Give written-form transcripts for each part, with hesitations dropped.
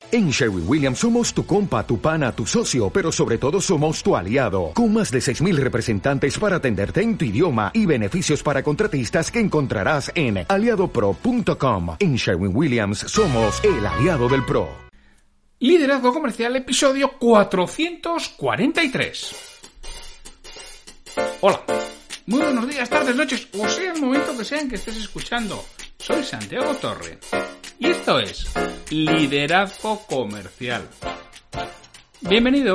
En Sherwin-Williams somos tu compa, tu pana, tu socio, pero sobre todo somos tu aliado, con más de 6,000 representantes para atenderte en tu idioma y beneficios para contratistas que encontrarás en aliadopro.com. En Sherwin-Williams somos el aliado del pro. Liderazgo Comercial, episodio 443. Hola, muy buenos días, tardes, noches, o sea el momento que sea en que estés escuchando. Soy Santiago Torre y esto es Liderazgo Comercial. Bienvenido.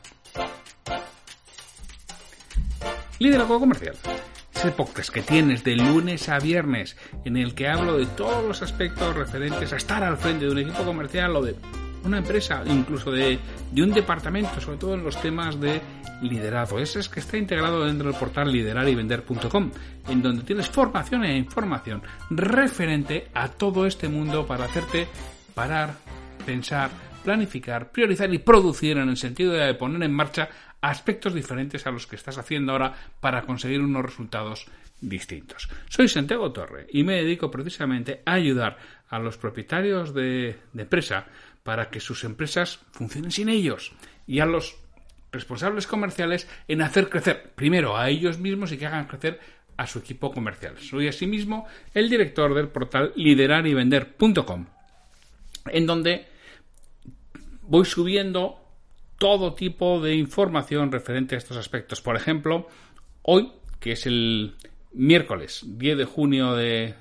Liderazgo Comercial es el podcast que tienes de lunes a viernes, en el que hablo de todos los aspectos referentes a estar al frente de un equipo comercial o de una empresa, incluso de un departamento, sobre todo en los temas de liderazgo. Ese es que está integrado dentro del portal liderarivender.com, en donde tienes formación e información referente a todo este mundo para hacerte parar, pensar, planificar, priorizar y producir, en el sentido de poner en marcha aspectos diferentes a los que estás haciendo ahora para conseguir unos resultados distintos. Soy Santiago Torre y me dedico precisamente a ayudar a los propietarios de empresa para que sus empresas funcionen sin ellos, y a los responsables comerciales en hacer crecer primero a ellos mismos y que hagan crecer a su equipo comercial. Soy asimismo el director del portal liderarivender.com, en donde voy subiendo todo tipo de información referente a estos aspectos. Por ejemplo, hoy, que es el miércoles 11 de junio de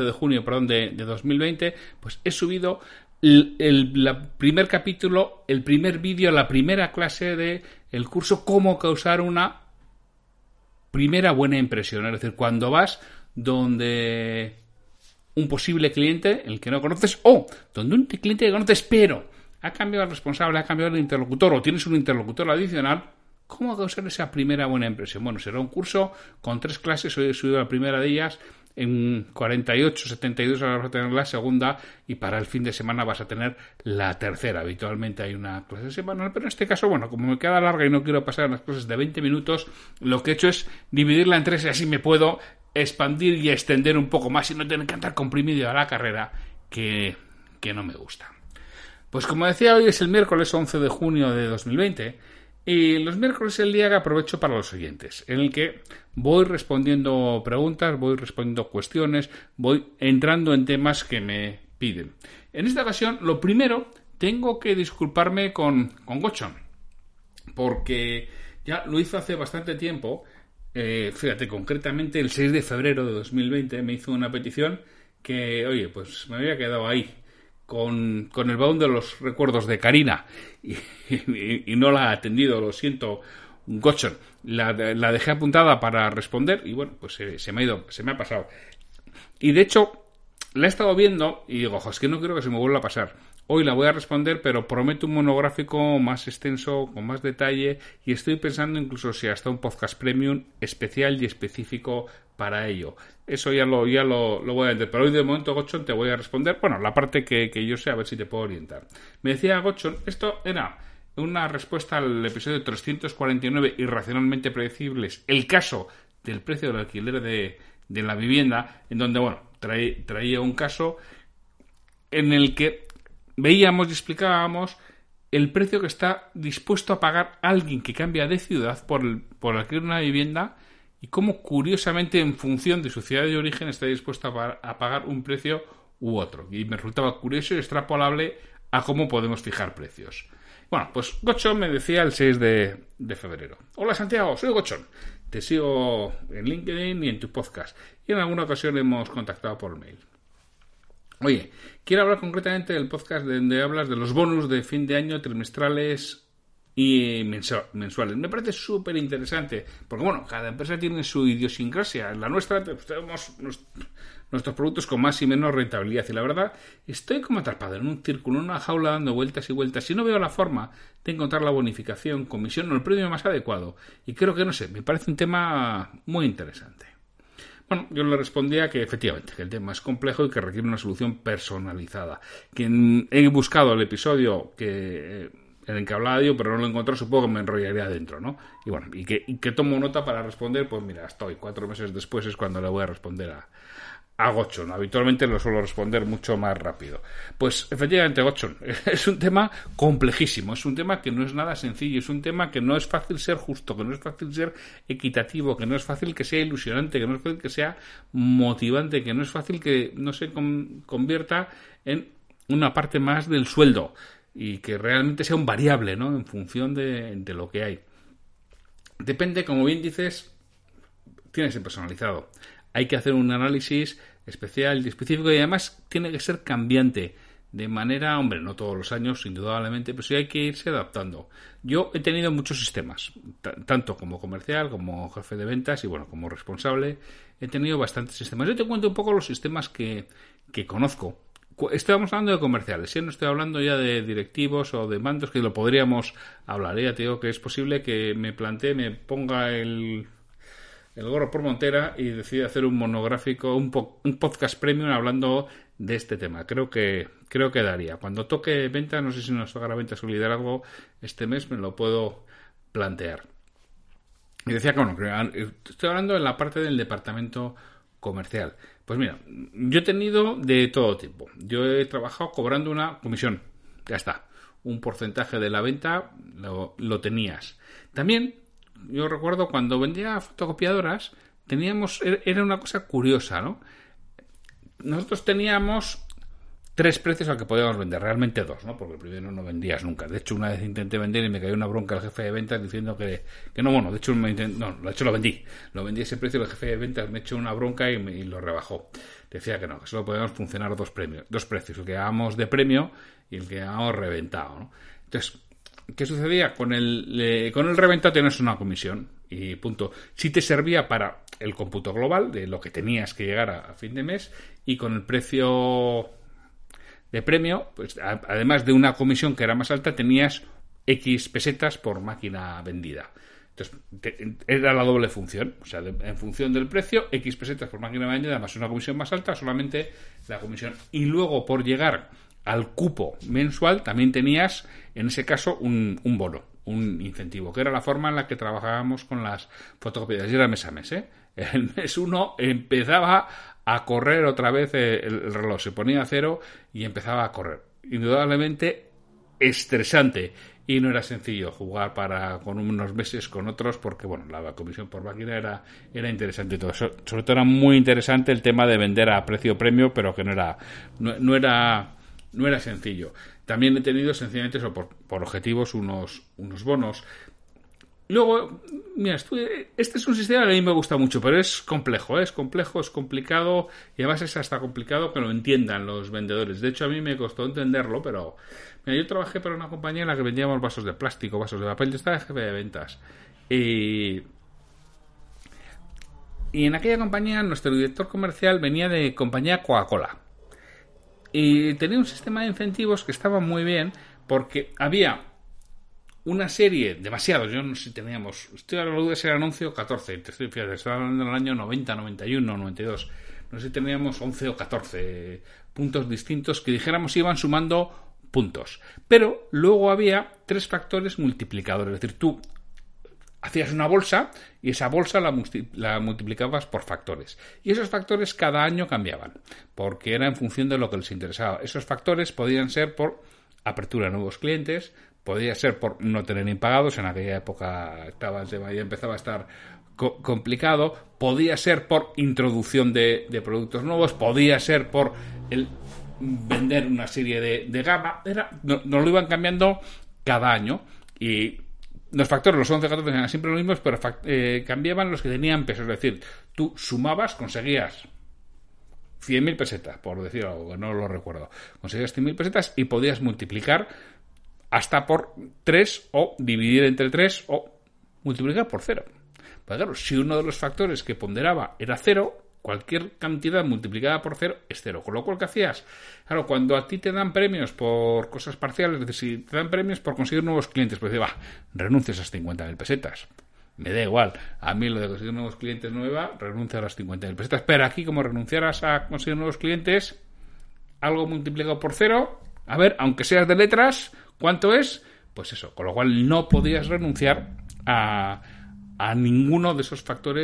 2020, pues he subido el primer capítulo, el primer vídeo, la primera clase de el curso Cómo causar una primera buena impresión. Es decir, cuando vas donde un posible cliente, el que no conoces, o donde un cliente que conoces, pero ha cambiado el responsable, ha cambiado el interlocutor, o tienes un interlocutor adicional, ¿cómo causar esa primera buena impresión? Bueno, será un curso con 3 clases. Hoy he subido la primera de ellas. En 48, 72 ahora vas a tener la segunda, y para el fin de semana vas a tener la tercera. Habitualmente hay una clase semanal, pero en este caso, bueno, como me queda larga y no quiero pasar las clases de 20 minutos, lo que he hecho es dividirla en 3 y así me puedo expandir y extender un poco más y no tener que andar comprimido a la carrera, que no me gusta. Pues como decía, hoy es el miércoles 11 de junio de 2020. Y los miércoles es el día que aprovecho para los oyentes, en el que voy respondiendo preguntas, voy respondiendo cuestiones, voy entrando en temas que me piden. En esta ocasión, lo primero, tengo que disculparme con Gochon, porque ya lo hizo hace bastante tiempo. Fíjate, concretamente el 6 de febrero de 2020 me hizo una petición que, oye, pues me había quedado ahí con el baúl de los recuerdos de Karina y no la ha atendido, lo siento, Gochon. La dejé apuntada para responder y bueno, pues se me ha pasado. Y de hecho, la he estado viendo y digo, es que no quiero que se me vuelva a pasar. Hoy la voy a responder, pero prometo un monográfico más extenso, con más detalle, y estoy pensando incluso si hasta un podcast premium especial y específico para ello. Eso ya lo voy a entender. Pero hoy de momento, Gochon, te voy a responder, bueno, la parte que yo sé, a ver si te puedo orientar. Me decía Gochon, esto era una respuesta al episodio 349, Irracionalmente Predecibles, el caso del precio del alquiler de la vivienda, en donde, bueno, traía un caso en el que veíamos y explicábamos el precio que está dispuesto a pagar alguien que cambia de ciudad por alquilar una vivienda, y cómo, curiosamente, en función de su ciudad de origen, está dispuesto a pagar un precio u otro. Y me resultaba curioso y extrapolable a cómo podemos fijar precios. Bueno, pues Gochon me decía el 6 de febrero. Hola Santiago, soy Gochon. Te sigo en LinkedIn y en tu podcast. Y en alguna ocasión hemos contactado por mail. Oye, quiero hablar concretamente del podcast donde hablas de los bonus de fin de año, trimestrales y mensuales. Me parece súper interesante, porque bueno, cada empresa tiene su idiosincrasia. En la nuestra tenemos nuestros productos con más y menos rentabilidad, y la verdad estoy como atrapado en un círculo, en una jaula, dando vueltas y vueltas, y no veo la forma de encontrar la bonificación, comisión o el premio más adecuado. Y creo que, no sé, me parece un tema muy interesante. Bueno, yo le respondía que efectivamente que el tema es complejo y que requiere una solución personalizada. Que he buscado el episodio en el que hablaba yo, pero no lo encontré, supongo que me enrollaría adentro, ¿no? Y bueno, y que tomo nota para responder, pues mira, hasta hoy, 4 meses después, es cuando le voy a responder a Gochon. Habitualmente lo suelo responder mucho más rápido. Pues efectivamente, Gochon es un tema complejísimo, es un tema que no es nada sencillo, es un tema que no es fácil ser justo, que no es fácil ser equitativo, que no es fácil que sea ilusionante, que no es fácil que sea motivante, que no es fácil que no se convierta en una parte más del sueldo y que realmente sea un variable, ¿no? En función de lo que hay. Depende, como bien dices, tiene que ser personalizado. Hay que hacer un análisis especial y específico y además tiene que ser cambiante. De manera, hombre, no todos los años, indudablemente, pero sí hay que irse adaptando. Yo he tenido muchos sistemas, tanto como comercial, como jefe de ventas y, bueno, como responsable, he tenido bastantes sistemas. Yo te cuento un poco los sistemas que conozco. Estábamos hablando de comerciales, ¿sí? No estoy hablando ya de directivos o de mandos, que lo podríamos hablar. Ya te digo que es posible que me ponga el gorro por montera y decida hacer un monográfico, un podcast premium hablando de este tema. Creo que daría. Cuando toque venta, no sé si nos tocará ventas o liderazgo este mes, me lo puedo plantear. Y decía que, bueno, estoy hablando en la parte del departamento comercial. Pues mira, yo he tenido de todo tipo. Yo he trabajado cobrando una comisión. Ya está. Un porcentaje de la venta lo tenías. También, yo recuerdo cuando vendía fotocopiadoras, era una cosa curiosa, ¿no? Nosotros teníamos 3 precios al que podíamos vender, realmente 2, ¿no? Porque el primero no vendías nunca. De hecho, una vez intenté vender y me cayó una bronca al jefe de ventas diciendo que no, bueno, de hecho lo vendí. Lo vendí a ese precio, el jefe de ventas me echó una bronca y lo rebajó. Decía que no, que solo podíamos funcionar 2 precios, el que llamamos de premio y el que llamamos reventado, ¿no? Entonces, ¿qué sucedía? Con el reventado tenías una comisión y punto. Sí te servía para el cómputo global de lo que tenías que llegar a fin de mes, y con el precio de premio, pues además de una comisión que era más alta, tenías X pesetas por máquina vendida. Entonces, era la doble función. O sea, en función del precio, X pesetas por máquina vendida más una comisión más alta, solamente la comisión. Y luego, por llegar al cupo mensual, también tenías, en ese caso, un bono, un incentivo, que era la forma en la que trabajábamos con las fotocopiadoras. Y era mes a mes, ¿eh? El mes 1 empezaba a correr otra vez el reloj, se ponía a 0 y empezaba a correr. Indudablemente estresante, y no era sencillo jugar con unos meses, con otros, porque bueno, la comisión por máquina era interesante y todo. Sobre todo era muy interesante el tema de vender a precio premio, pero que no era sencillo. También he tenido sencillamente eso, por objetivos, unos bonos. Luego, mira, este es un sistema que a mí me gusta mucho, pero es complejo, es complicado, y además es hasta complicado que lo entiendan los vendedores. De hecho, a mí me costó entenderlo, pero mira, yo trabajé para una compañía en la que vendíamos vasos de plástico, vasos de papel. Yo estaba de jefe de ventas. Y en aquella compañía nuestro director comercial venía de compañía Coca-Cola. Y tenía un sistema de incentivos que estaba muy bien, porque había una serie, demasiados, yo no sé si teníamos, estoy hablando de ese anuncio 14, estoy hablando del año 90, 91, 92, no sé si teníamos 11 o 14 puntos distintos que dijéramos iban sumando puntos. Pero luego había 3 factores multiplicadores, es decir, tú hacías una bolsa y esa bolsa la multiplicabas por factores. Y esos factores cada año cambiaban, porque era en función de lo que les interesaba. Esos factores podían ser por apertura de nuevos clientes, podía ser por no tener impagados, en aquella época estaba el tema y empezaba a estar complicado, podía ser por introducción de productos nuevos, podía ser por el vender una serie de gama, nos lo iban cambiando cada año, y los factores, los 11, 14 eran siempre los mismos, pero cambiaban los que tenían peso, es decir, tú sumabas, conseguías 100.000 pesetas, por decir algo, que no lo recuerdo, conseguías 100.000 pesetas y podías multiplicar hasta por 3 o dividir entre 3 o multiplicar por 0. Pues claro, si uno de los factores que ponderaba era 0, cualquier cantidad multiplicada por 0 es 0. Con lo cual, ¿qué hacías? Claro, cuando a ti te dan premios por cosas parciales, es decir, si te dan premios por conseguir nuevos clientes, pues dices, renuncia a esas 50.000 pesetas. Me da igual. A mí lo de conseguir nuevos clientes renuncia a las 50.000 pesetas. Pero aquí, como renunciaras a conseguir nuevos clientes, algo multiplicado por 0, a ver, aunque seas de letras, ¿cuánto es? Pues eso, con lo cual no podías renunciar a ninguno de esos factores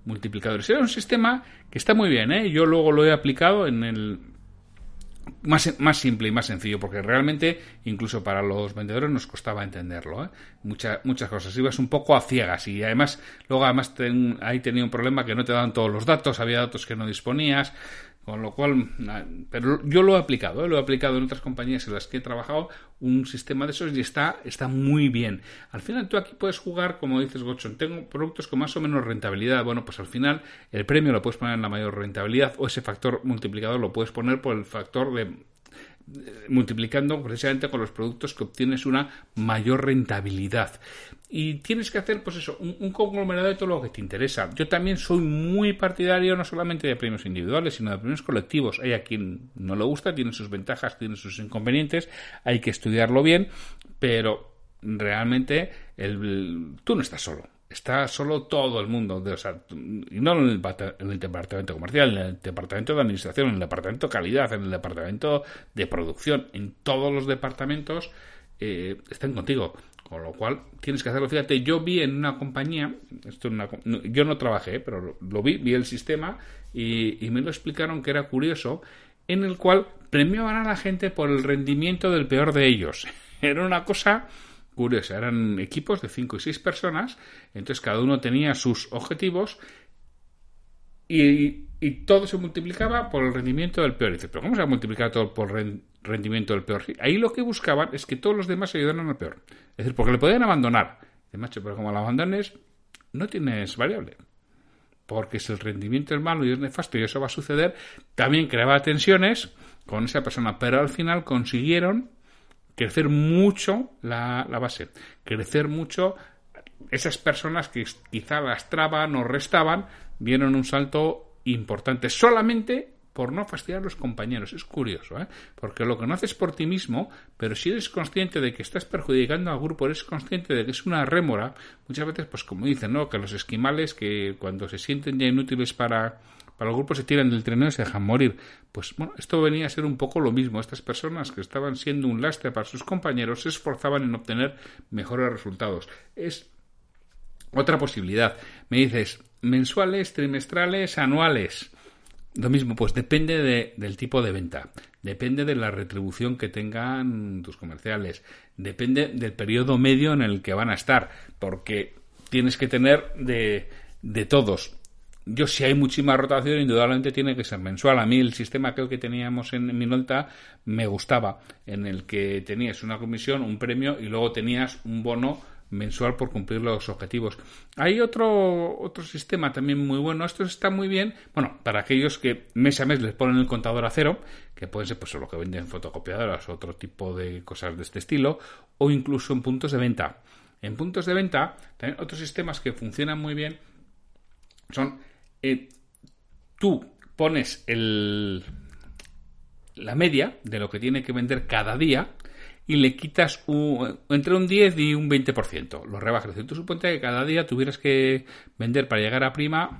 multiplicadores. Era un sistema que está muy bien, ¿eh? Yo luego lo he aplicado en el más simple y más sencillo, porque realmente incluso para los vendedores nos costaba entenderlo, ¿eh? Muchas cosas, ibas un poco a ciegas y además ahí tenía un problema que no te daban todos los datos, había datos que no disponías, con lo cual, pero yo lo he aplicado en otras compañías en las que he trabajado, un sistema de esos, y está muy bien. Al final tú aquí puedes jugar, como dices, Gochon, tengo productos con más o menos rentabilidad. Bueno, pues al final el premio lo puedes poner en la mayor rentabilidad, o ese factor multiplicador lo puedes poner por el factor de multiplicando precisamente con los productos que obtienes una mayor rentabilidad. Y tienes que hacer, pues eso, un conglomerado de todo lo que te interesa. Yo también soy muy partidario no solamente de premios individuales, sino de premios colectivos. Hay a quien no le gusta, tiene sus ventajas, tiene sus inconvenientes, hay que estudiarlo bien, pero realmente tú no estás solo. Está solo todo el mundo, y no en el departamento comercial, en el departamento de administración, en el departamento de calidad, en el departamento de producción, en todos los departamentos están contigo. Con lo cual tienes que hacerlo. Fíjate, yo vi en una compañía, yo no trabajé, pero lo vi el sistema y me lo explicaron, que era curioso, en el cual premiaban a la gente por el rendimiento del peor de ellos. Era una cosa curiosa, eran equipos de 5 y 6 personas, entonces cada uno tenía sus objetivos y todo se multiplicaba por el rendimiento del peor. Y dice, ¿pero cómo se va a multiplicar todo por el rendimiento del peor? Ahí lo que buscaban es que todos los demás ayudaran al peor. Es decir, porque le podían abandonar. Dice, macho, pero como lo abandones, no tienes variable. Porque si el rendimiento es malo y es nefasto y eso va a suceder, también creaba tensiones con esa persona. Pero al final consiguieron crecer mucho la base, crecer mucho esas personas que quizá lastraban o restaban, vieron un salto importante solamente por no fastidiar a los compañeros. Es curioso, ¿eh? Porque lo que no haces por ti mismo, pero si eres consciente de que estás perjudicando al grupo, eres consciente de que es una rémora, muchas veces, pues como dicen, ¿no?, que los esquimales, que cuando se sienten ya inútiles para el grupo, se tiran del trineo y se dejan morir. Pues bueno, esto venía a ser un poco lo mismo. Estas personas que estaban siendo un lastre para sus compañeros se esforzaban en obtener mejores resultados. Es otra posibilidad. Me dices, mensuales, trimestrales, anuales. Lo mismo, pues depende del tipo de venta, depende de la retribución que tengan tus comerciales, depende del periodo medio en el que van a estar, porque tienes que tener de todos. Yo, si hay muchísima rotación, indudablemente tiene que ser mensual. A mí el sistema que teníamos en Minolta me gustaba, en el que tenías una comisión, un premio y luego tenías un bono mensual por cumplir los objetivos. Hay otro sistema también muy bueno. Esto está muy bien, bueno, para aquellos que mes a mes les ponen el contador a cero, que puede ser pues lo que venden fotocopiadoras, otro tipo de cosas de este estilo, o incluso en puntos de venta. En puntos de venta, también otros sistemas que funcionan muy bien son, tú pones la media de lo que tiene que vender cada día y le quitas entre un 10 y un 20%. Lo rebajas. Tú suponte que cada día tuvieras que vender para llegar a prima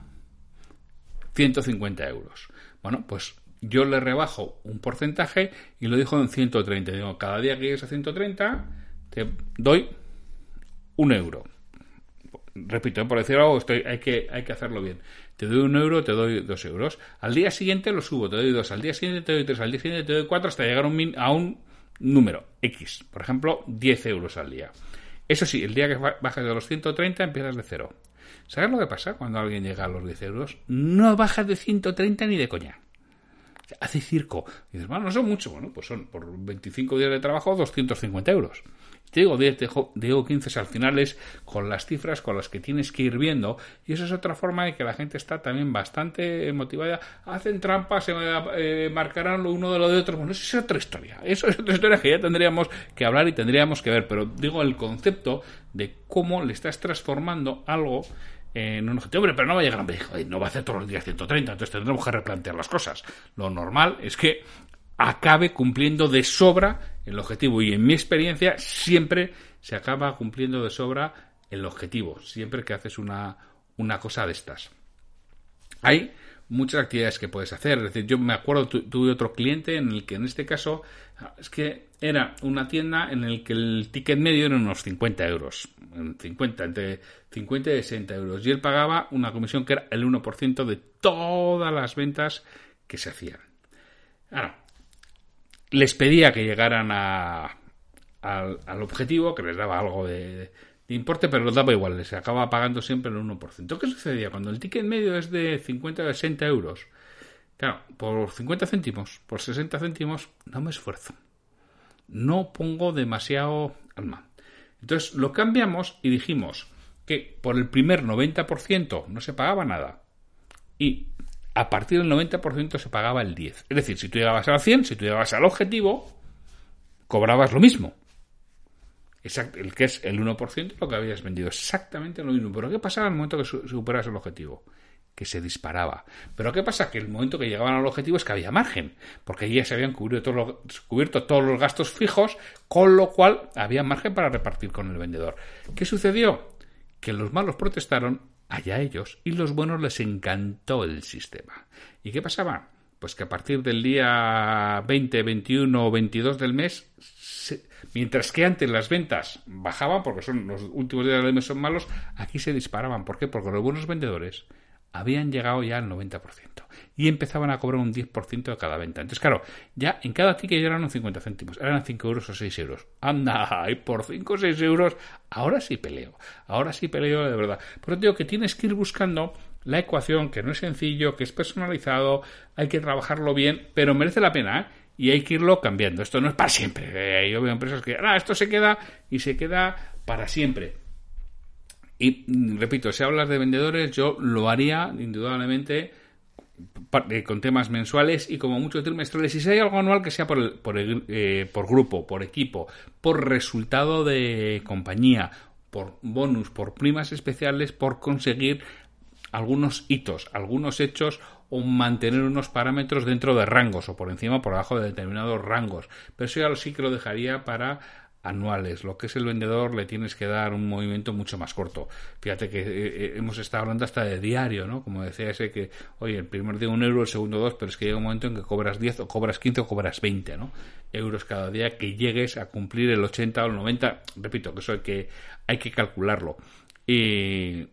150 euros. Bueno, pues yo le rebajo un porcentaje y lo dejo en 130. Digo, cada día que llegues a 130 te doy 1 euro. Repito, por decir algo, hay que hacerlo bien. Te doy 1 euro, te doy 2 euros. Al día siguiente lo subo, te doy 2. Al día siguiente te doy 3. Al día siguiente te doy 4 hasta llegar a un número X. Por ejemplo, 10 euros al día. Eso sí, el día que bajas de los 130 empiezas de cero. ¿Sabes lo que pasa cuando alguien llega a los 10 euros? No bajas de 130 ni de coña. Hace circo. Y dices, bueno, no son mucho. Bueno, pues son por 25 días de trabajo 250 euros. Te digo 10, digo 15, al final es con las cifras con las que tienes que ir viendo, y eso es otra forma de que la gente está también bastante motivada. Hacen trampas, se marcarán lo uno de lo de otro. Bueno, eso es otra historia. Eso es otra historia que ya tendríamos que hablar y tendríamos que ver, pero digo el concepto de cómo le estás transformando algo en un objetivo. Hombre, pero no va a llegar a no va a hacer todos los días 130, entonces tendremos que replantear las cosas. Lo normal es que acabe cumpliendo de sobra el objetivo, y en mi experiencia siempre se acaba cumpliendo de sobra el objetivo, siempre que haces una cosa de estas. Hay muchas actividades que puedes hacer. Es decir, yo me acuerdo, tuve otro cliente en el que en este caso es que era una tienda en el que el ticket medio era unos 50 euros. en 50, entre 50 y 60 euros. Y él pagaba una comisión que era el 1% de todas las ventas que se hacían. Ahora, les pedía que llegaran al objetivo, que les daba algo de importe, pero les daba igual, les acababa pagando siempre el 1%. ¿Qué sucedía? Cuando el ticket medio es de 50 o 60 euros, claro, por 50 céntimos, por 60 céntimos, no me esfuerzo. No pongo demasiado alma. Entonces lo cambiamos y dijimos que por el primer 90% no se pagaba nada. Y a partir del 90% se pagaba el 10%. Es decir, si tú llegabas al 100, si tú llegabas al objetivo, cobrabas lo mismo. Exacto, el que es el 1% lo que habías vendido. Exactamente lo mismo. Pero ¿qué pasaba en el momento que superas el objetivo? Que se disparaba. Pero ¿qué pasa? Que el momento que llegaban al objetivo es que había margen, porque ya se habían cubierto todos los gastos fijos, con lo cual había margen para repartir con el vendedor. ¿Qué sucedió? Que los malos protestaron, allá ellos, y los buenos les encantó el sistema. ¿Y qué pasaba? Pues que a partir del día 20, 21 o 22 del mes, mientras que antes las ventas bajaban, porque son los últimos días del mes son malos, aquí se disparaban. ¿Por qué? Porque los buenos vendedores habían llegado ya al 90% y empezaban a cobrar un 10% de cada venta. Entonces, claro, ya en cada ticket ya eran un 50 céntimos, eran 5 euros o 6 euros. Anda, y por 5 o 6 euros, ahora sí peleo de verdad. Por eso digo que tienes que ir buscando la ecuación, que no es sencillo, que es personalizado, hay que trabajarlo bien, pero merece la pena, ¿eh? Y hay que irlo cambiando. Esto no es para siempre. Yo veo empresas que, esto se queda y se queda para siempre. Y repito, si hablas de vendedores, yo lo haría indudablemente con temas mensuales y como mucho trimestrales. Y si hay algo anual, que sea por grupo, por equipo, por resultado de compañía, por bonus, por primas especiales, por conseguir algunos hitos, algunos hechos, o mantener unos parámetros dentro de rangos o por encima o por abajo de determinados rangos. Pero eso ya sí que lo dejaría para anuales. Lo que es el vendedor le tienes que dar un movimiento mucho más corto. Fíjate que hemos estado hablando hasta de diario, ¿no? Como decía ese que, oye, el primer día 1 euro, el segundo 2, pero es que llega un momento en que cobras 10 o cobras 15 o cobras 20, ¿no? Euros cada día, que llegues a cumplir el 80 o el 90. Repito, que eso hay que calcularlo. Y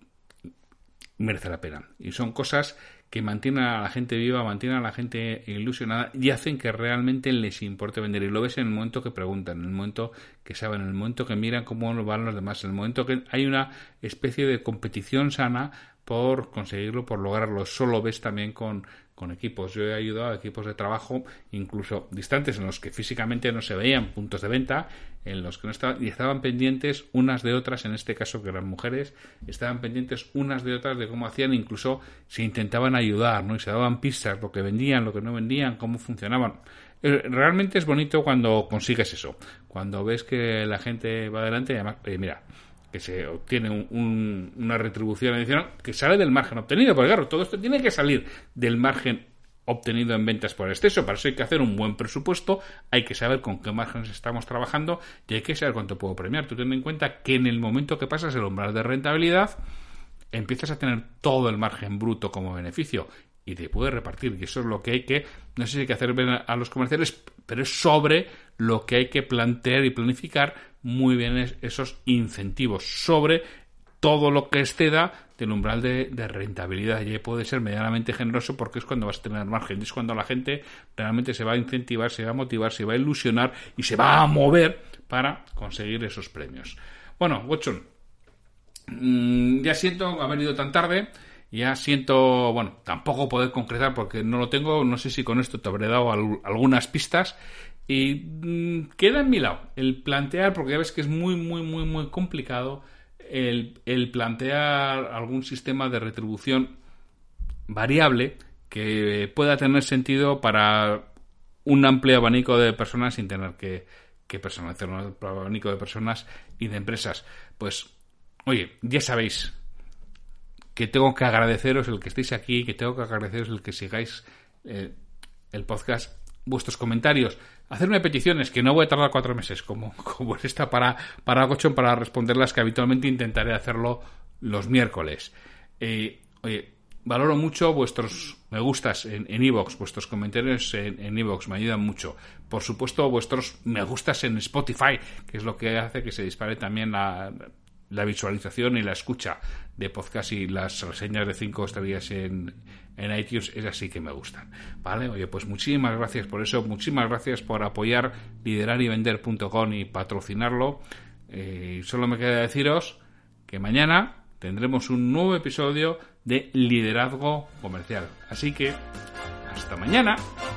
merece la pena. Y son cosas que mantienen a la gente viva, mantienen a la gente ilusionada y hacen que realmente les importe vender. Y lo ves en el momento que preguntan, en el momento que saben, en el momento que miran cómo van los demás, en el momento que hay una especie de competición sana por conseguirlo, por lograrlo. Eso lo ves también con equipos. Yo he ayudado a equipos de trabajo, incluso distantes, en los que físicamente no se veían puntos de venta, en los que no estaban, y estaban pendientes unas de otras, en este caso que eran mujeres, estaban pendientes unas de otras de cómo hacían, incluso se intentaban ayudar, ¿no? Y se daban pistas, lo que vendían, lo que no vendían, cómo funcionaban. Realmente es bonito cuando consigues eso, cuando ves que la gente va adelante y además, mira, que se obtiene una retribución adicional que sale del margen obtenido, porque claro, todo esto tiene que salir del margen obtenido en ventas por exceso. Para eso hay que hacer un buen presupuesto, hay que saber con qué márgenes estamos trabajando y hay que saber cuánto puedo premiar. Tú ten en cuenta que en el momento que pasas el umbral de rentabilidad, empiezas a tener todo el margen bruto como beneficio y te puedes repartir, y eso es lo que hay que, no sé si hay que hacer ver a los comerciales, pero es sobre lo que hay que plantear y planificar muy bien esos incentivos sobre todo lo que exceda del umbral de rentabilidad. Y puede ser medianamente generoso porque es cuando vas a tener margen, es cuando la gente realmente se va a incentivar, se va a motivar, se va a ilusionar y se va a mover para conseguir esos premios. Bueno, Watson, ya siento haber ido tan tarde. Ya siento, bueno, tampoco poder concretar porque no lo tengo, no sé si con esto te habré dado algunas pistas y queda en mi lado el plantear, porque ya ves que es muy, muy, muy, muy complicado el plantear algún sistema de retribución variable que pueda tener sentido para un amplio abanico de personas sin tener que personalizar un amplio abanico de personas y de empresas. Pues, oye, ya sabéis que tengo que agradeceros el que estéis aquí, que tengo que agradeceros el que sigáis el podcast, vuestros comentarios, hacerme peticiones, que no voy a tardar 4 meses como esta para Gochón, para responderlas, que habitualmente intentaré hacerlo los miércoles. Oye, valoro mucho vuestros me gustas en iVoox, vuestros comentarios en iVoox me ayudan mucho. Por supuesto, vuestros me gustas en Spotify, que es lo que hace que se dispare también la visualización y la escucha de podcast y las reseñas de 5 estrellas en iTunes, esas sí que me gustan, ¿vale? Oye, pues muchísimas gracias por eso, muchísimas gracias por apoyar liderarivender.com y patrocinarlo. Solo me queda deciros que mañana tendremos un nuevo episodio de Liderazgo Comercial. Así que, hasta mañana.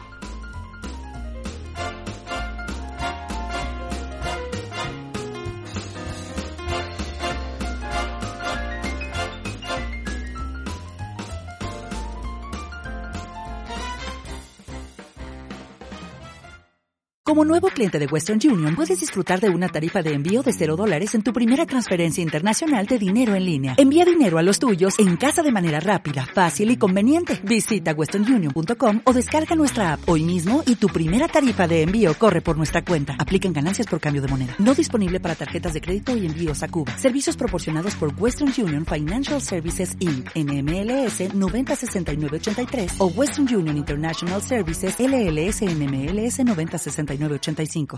Como nuevo cliente de Western Union, puedes disfrutar de una tarifa de envío de $0 en tu primera transferencia internacional de dinero en línea. Envía dinero a los tuyos en casa de manera rápida, fácil y conveniente. Visita westernunion.com o descarga nuestra app hoy mismo y tu primera tarifa de envío corre por nuestra cuenta. Aplican ganancias por cambio de moneda. No disponible para tarjetas de crédito y envíos a Cuba. Servicios proporcionados por Western Union Financial Services Inc. NMLS 906983 o Western Union International Services LLS NMLS 906985.